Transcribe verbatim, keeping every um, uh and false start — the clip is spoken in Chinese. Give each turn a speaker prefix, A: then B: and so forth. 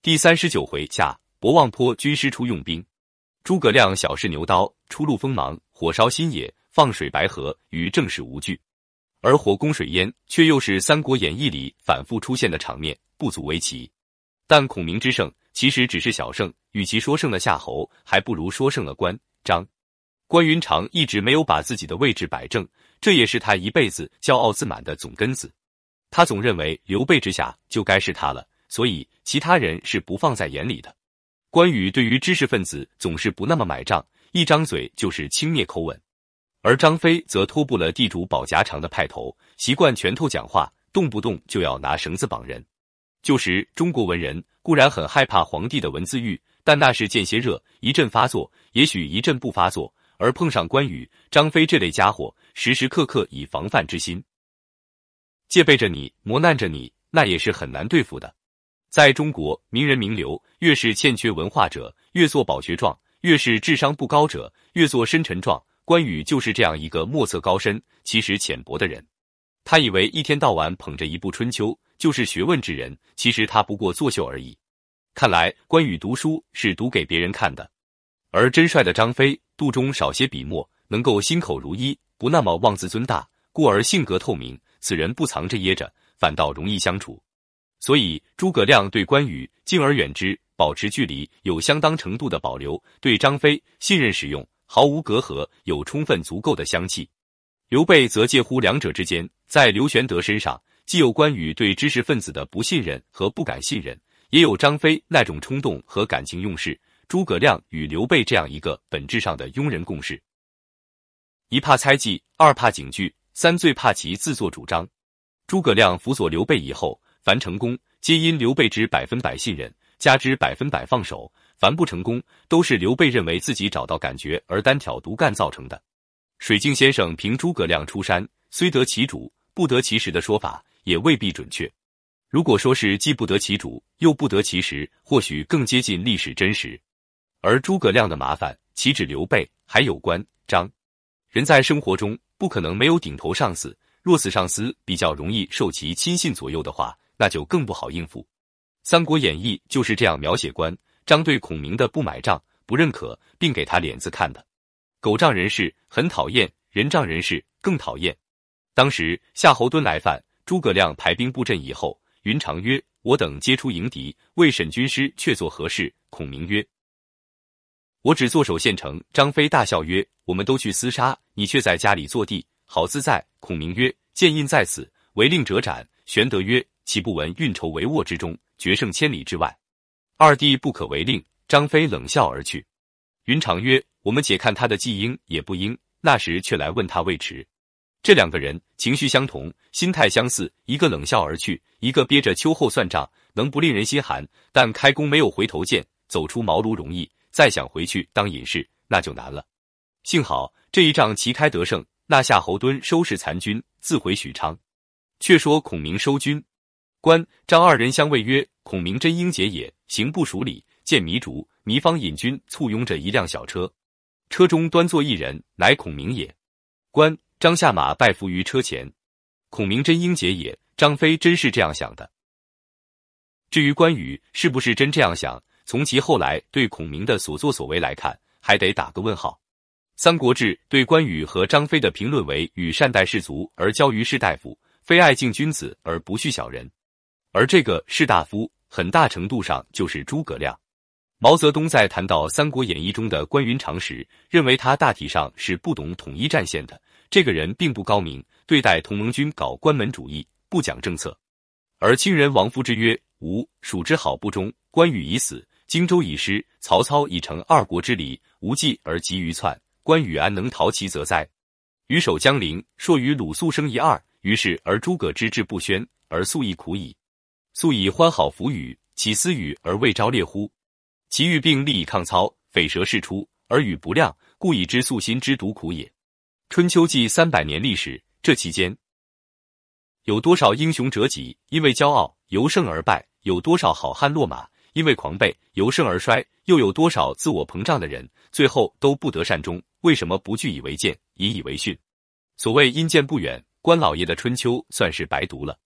A: 第三十九回下，博望坡军师出用兵。诸葛亮小试牛刀，初露锋芒，火烧新野，放水白河，与正史无惧。而火攻水淹，却又是《三国演义》里反复出现的场面，不足为奇。但孔明之胜，其实只是小胜，与其说胜了夏侯，还不如说胜了关张。关云长一直没有把自己的位置摆正，这也是他一辈子骄傲自满的总根子。他总认为刘备之下就该是他了，所以其他人是不放在眼里的。关羽对于知识分子总是不那么买账，一张嘴就是轻蔑口吻。而张飞则拖步了地主保家常的派头，习惯拳头讲话，动不动就要拿绳子绑人。旧时中国文人固然很害怕皇帝的文字狱，但那是间歇热，一阵发作，也许一阵不发作，而碰上关羽、张飞这类家伙，时时刻刻以防范之心戒备着你，磨难着你，那也是很难对付的。在中国，名人名流越是欠缺文化者，越做饱学状；越是智商不高者，越做深沉状。关羽就是这样一个莫测高深，其实浅薄的人。他以为一天到晚捧着一部春秋就是学问之人，其实他不过作秀而已。看来关羽读书是读给别人看的。而真帅的张飞，肚中少些笔墨，能够心口如一，不那么妄自尊大，故而性格透明，此人不藏着掖着，反倒容易相处。所以诸葛亮对关羽敬而远之，保持距离，有相当程度的保留；对张飞信任使用，毫无隔阂，有充分足够的香气。刘备则介乎两者之间，在刘玄德身上，既有关羽对知识分子的不信任和不敢信任，也有张飞那种冲动和感情用事。诸葛亮与刘备这样一个本质上的庸人共事。一怕猜忌，二怕警句，三最怕其自作主张。诸葛亮辅佐刘备以后，凡成功，皆因刘备之百分百信任，加之百分百放手；凡不成功，都是刘备认为自己找到感觉而单挑独干造成的。水镜先生评诸葛亮出山，虽得其主，不得其时的说法，也未必准确。如果说是既不得其主，又不得其时，或许更接近历史真实。而诸葛亮的麻烦，岂止刘备，还有关张。人在生活中不可能没有顶头上司，若此上司比较容易受其亲信左右的话，那就更不好应付。《三国演义》就是这样描写关张对孔明的不买账、不认可，并给他脸子看的。狗仗人势很讨厌，人仗人势更讨厌。当时夏侯惇来犯，诸葛亮排兵布阵以后，云长曰：“我等皆出迎敌，为沈军师却做何事？”孔明曰：“我只坐守县城。”张飞大笑曰：“我们都去厮杀，你却在家里坐地，好自在。”孔明曰：“剑印在此，违令者斩。”玄德曰：“岂不闻运筹帷幄之中，决胜千里之外？二弟不可违令。”张飞冷笑而去。云长曰：“我们且看他的计应也不应，那时却来问他未迟。”这两个人情绪相同，心态相似，一个冷笑而去，一个憋着秋后算账，能不令人心寒？但开弓没有回头箭，走出茅庐容易，再想回去当隐士，那就难了。幸好这一仗旗开得胜，那夏侯惇收拾残军，自回许昌。却说孔明收军，关张二人相谓曰：“孔明真英杰也，行不属礼，见糜竺、糜芳引军簇拥着一辆小车，车中端坐一人，乃孔明也。”关张下马拜伏于车前。孔明真英杰也，张飞真是这样想的。至于关羽是不是真这样想，从其后来对孔明的所作所为来看，还得打个问号。《三国志》对关羽和张飞的评论为：“与善待士卒而骄于士大夫，非爱敬君子而不恤小人。”而这个士大夫很大程度上就是诸葛亮。毛泽东在谈到《三国演义》中的关云长时，认为他大体上是不懂统一战线的，这个人并不高明，对待同盟军搞关门主义，不讲政策。而清人王夫之曰：“吾蜀之好不忠，关羽已死，荆州已失，曹操已成二国之礼，无计而急于窜，关羽安能逃其责哉？羽守江陵，硕与鲁肃生一二，于是而诸葛之志不宣，而肃亦苦矣。肃以欢好服羽，岂思羽而未昭烈乎？其欲并立以抗操，匪蛇事出，而羽不亮，故以知肃心之独苦也。”春秋记三百年历史，这期间有多少英雄折戟，因为骄傲由胜而败；有多少好汉落马，因为狂悖由胜而衰；又有多少自我膨胀的人，最后都不得善终？为什么不据以为鉴，引以为训？所谓因见不远，关老爷的春秋算是白读了。